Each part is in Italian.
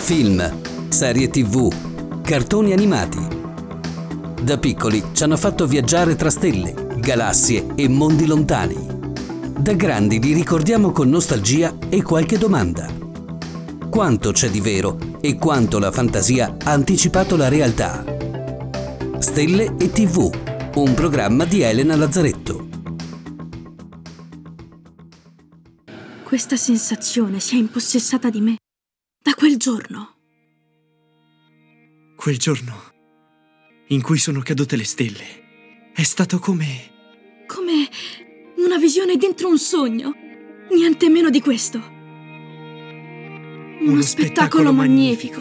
Film, serie TV, cartoni animati. Da piccoli ci hanno fatto viaggiare tra stelle, galassie e mondi lontani. Da grandi li ricordiamo con nostalgia e qualche domanda. Quanto c'è di vero e quanto la fantasia ha anticipato la realtà? Stelle e TV, un programma di Elena Lazzaretto. Questa sensazione si è impossessata di me da quel giorno. Quel giorno in cui sono cadute le stelle è stato come una visione dentro un sogno. Niente meno di questo. Uno spettacolo magnifico.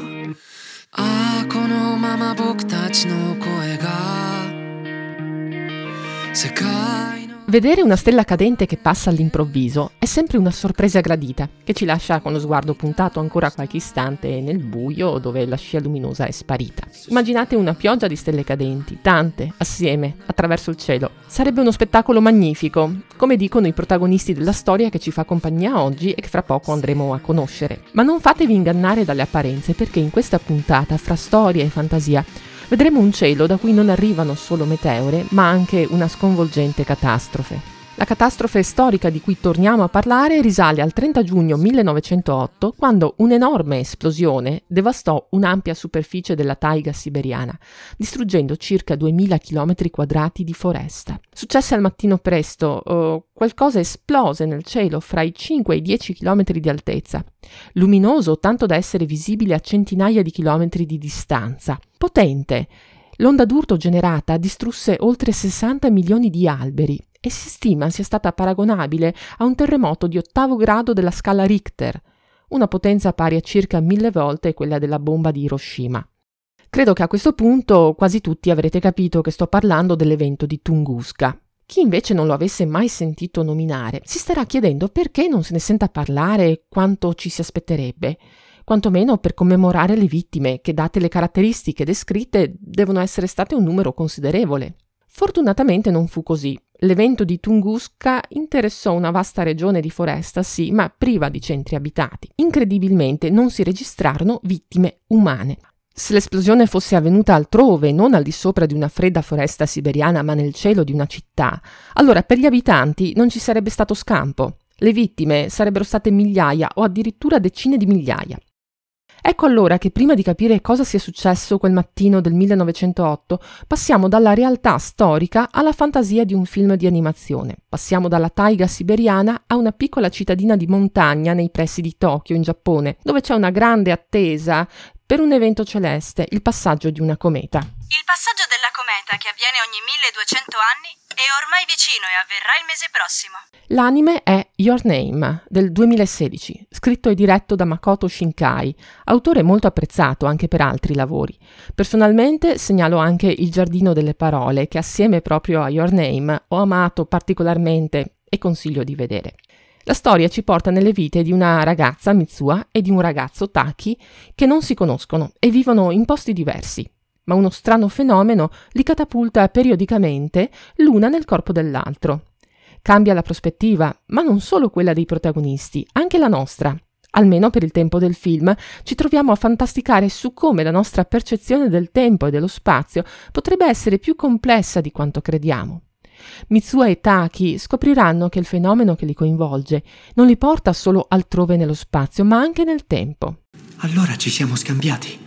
Vedere una stella cadente che passa all'improvviso è sempre una sorpresa gradita, che ci lascia con lo sguardo puntato ancora qualche istante nel buio dove la scia luminosa è sparita. Immaginate una pioggia di stelle cadenti, tante, assieme, attraverso il cielo. Sarebbe uno spettacolo magnifico, come dicono i protagonisti della storia che ci fa compagnia oggi e che fra poco andremo a conoscere. Ma non fatevi ingannare dalle apparenze, perché in questa puntata, fra storia e fantasia, vedremo un cielo da cui non arrivano solo meteore, ma anche una sconvolgente catastrofe. La catastrofe storica di cui torniamo a parlare risale al 30 giugno 1908, quando un'enorme esplosione devastò un'ampia superficie della taiga siberiana, distruggendo circa 2000 km² di foresta. Successe al mattino presto, qualcosa esplose nel cielo fra i 5 e i 10 km di altezza, luminoso tanto da essere visibile a centinaia di chilometri di distanza. Potente, l'onda d'urto generata distrusse oltre 60 milioni di alberi e si stima sia stata paragonabile a un terremoto di 8° grado della scala Richter, una potenza pari a circa 1000 volte quella della bomba di Hiroshima. Credo che a questo punto quasi tutti avrete capito che sto parlando dell'evento di Tunguska. Chi invece non lo avesse mai sentito nominare si starà chiedendo perché non se ne senta parlare e quanto ci si aspetterebbe, quantomeno per commemorare le vittime che, date le caratteristiche descritte, devono essere state un numero considerevole. Fortunatamente non fu così. L'evento di Tunguska interessò una vasta regione di foresta, sì, ma priva di centri abitati. Incredibilmente non si registrarono vittime umane. Se l'esplosione fosse avvenuta altrove, non al di sopra di una fredda foresta siberiana, ma nel cielo di una città, allora per gli abitanti non ci sarebbe stato scampo. Le vittime sarebbero state migliaia o addirittura decine di migliaia. Ecco allora che prima di capire cosa sia successo quel mattino del 1908, passiamo dalla realtà storica alla fantasia di un film di animazione. Passiamo dalla taiga siberiana a una piccola cittadina di montagna nei pressi di Tokyo, in Giappone, dove c'è una grande attesa per un evento celeste, il passaggio di una cometa. Il passaggio della cometa, che avviene ogni 1200 anni, è ormai vicino e avverrà il mese prossimo. L'anime è Your Name, del 2016, scritto e diretto da Makoto Shinkai, autore molto apprezzato anche per altri lavori. Personalmente segnalo anche Il giardino delle parole, che assieme proprio a Your Name ho amato particolarmente e consiglio di vedere. La storia ci porta nelle vite di una ragazza, Mitsuha, e di un ragazzo, Taki, che non si conoscono e vivono in posti diversi. Ma uno strano fenomeno li catapulta periodicamente l'una nel corpo dell'altro. Cambia la prospettiva, ma non solo quella dei protagonisti, anche la nostra. Almeno per il tempo del film, ci troviamo a fantasticare su come la nostra percezione del tempo e dello spazio potrebbe essere più complessa di quanto crediamo. Mitsuha e Taki scopriranno che il fenomeno che li coinvolge non li porta solo altrove nello spazio, ma anche nel tempo. Allora ci siamo scambiati.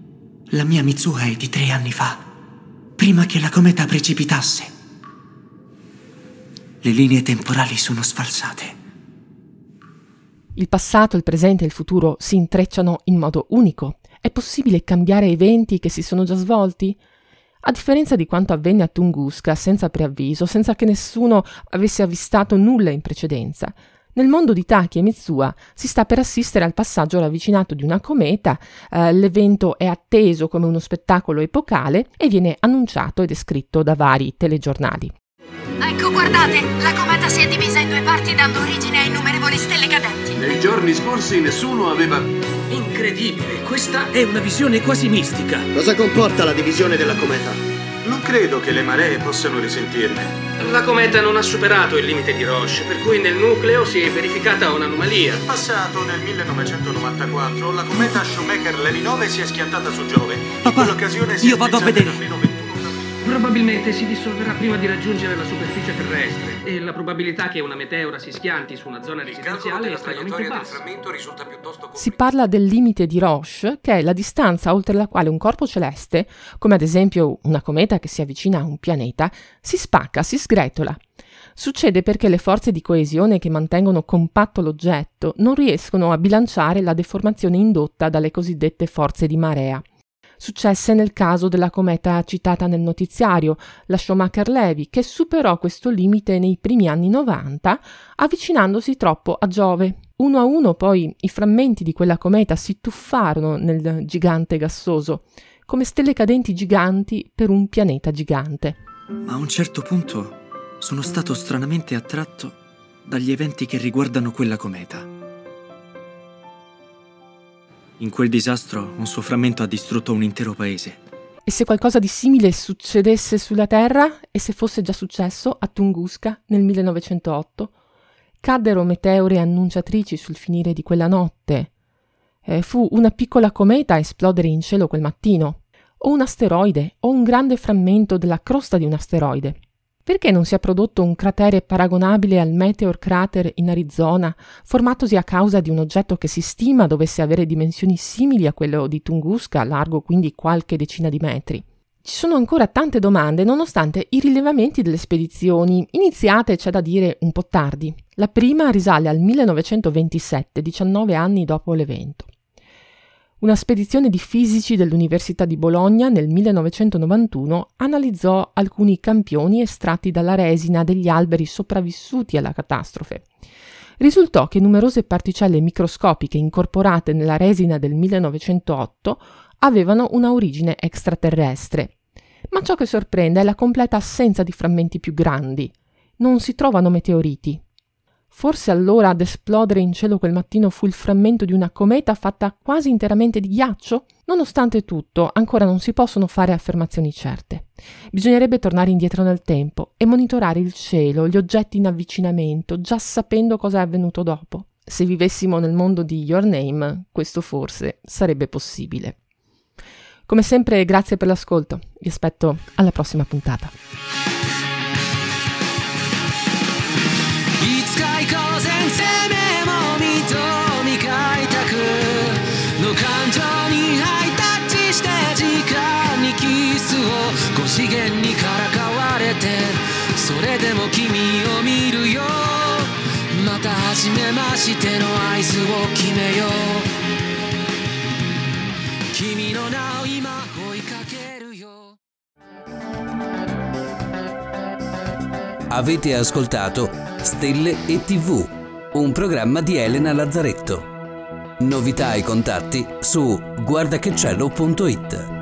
La mia Mitsuha è di 3 anni fa, prima che la cometa precipitasse. Le linee temporali sono sfalsate. Il passato, il presente e il futuro si intrecciano in modo unico. È possibile cambiare eventi che si sono già svolti? A differenza di quanto avvenne a Tunguska, senza preavviso, senza che nessuno avesse avvistato nulla in precedenza, nel mondo di Taki e Mitsuha si sta per assistere al passaggio ravvicinato di una cometa, l'evento è atteso come uno spettacolo epocale e viene annunciato e descritto da vari telegiornali. Ecco, guardate, la cometa si è divisa in 2 parti dando origine a innumerevoli stelle cadenti. Nei giorni scorsi nessuno aveva... Incredibile, questa è una visione quasi mistica. Cosa comporta la divisione della cometa? Non credo che le maree possano risentirne. La cometa non ha superato il limite di Roche, per cui nel nucleo si è verificata un'anomalia. In passato, nel 1994, la cometa Shoemaker-Levy 9 si è schiantata su Giove. In quell'occasione si io vado a vedere. almeno 21 Probabilmente si dissolverà prima di raggiungere la superficie terrestre e la probabilità che una meteora si schianti su una zona residenziale è estremamente bassa. Si parla del limite di Roche, che è la distanza oltre la quale un corpo celeste, come ad esempio una cometa che si avvicina a un pianeta, si spacca, si sgretola. Succede perché le forze di coesione che mantengono compatto l'oggetto non riescono a bilanciare la deformazione indotta dalle cosiddette forze di marea. Successe nel caso della cometa citata nel notiziario, la Shoemaker-Levy, che superò questo limite nei primi anni 90, avvicinandosi troppo a Giove. Uno a uno poi i frammenti di quella cometa si tuffarono nel gigante gassoso, come stelle cadenti giganti per un pianeta gigante. Ma a un certo punto sono stato stranamente attratto dagli eventi che riguardano quella cometa. In quel disastro un suo frammento ha distrutto un intero paese. E se qualcosa di simile succedesse sulla Terra, e se fosse già successo a Tunguska nel 1908? Caddero meteore annunciatrici sul finire di quella notte. Fu una piccola cometa a esplodere in cielo quel mattino, o un asteroide, o un grande frammento della crosta di un asteroide. Perché non si è prodotto un cratere paragonabile al Meteor Crater in Arizona, formatosi a causa di un oggetto che si stima dovesse avere dimensioni simili a quello di Tunguska, largo quindi qualche decina di metri? Ci sono ancora tante domande nonostante i rilevamenti delle spedizioni, iniziate, c'è da dire, un po' tardi. La prima risale al 1927, 19 anni dopo l'evento. Una spedizione di fisici dell'Università di Bologna nel 1991 analizzò alcuni campioni estratti dalla resina degli alberi sopravvissuti alla catastrofe. Risultò che numerose particelle microscopiche incorporate nella resina del 1908 avevano una origine extraterrestre. Ma ciò che sorprende è la completa assenza di frammenti più grandi. Non si trovano meteoriti. Forse allora ad esplodere in cielo quel mattino fu il frammento di una cometa fatta quasi interamente di ghiaccio? Nonostante tutto, ancora non si possono fare affermazioni certe. Bisognerebbe tornare indietro nel tempo e monitorare il cielo, gli oggetti in avvicinamento, già sapendo cosa è avvenuto dopo. Se vivessimo nel mondo di Your Name, questo forse sarebbe possibile. Come sempre, grazie per l'ascolto. Vi aspetto alla prossima puntata. 資源にからかわれてそれでも君を見るよまた初めましての合図を決めよう君の名を今追いかけるよ Avete ascoltato Stelle e TV, un programma di Elena Lazzaretto. Novità e contatti su guardachecielo.it.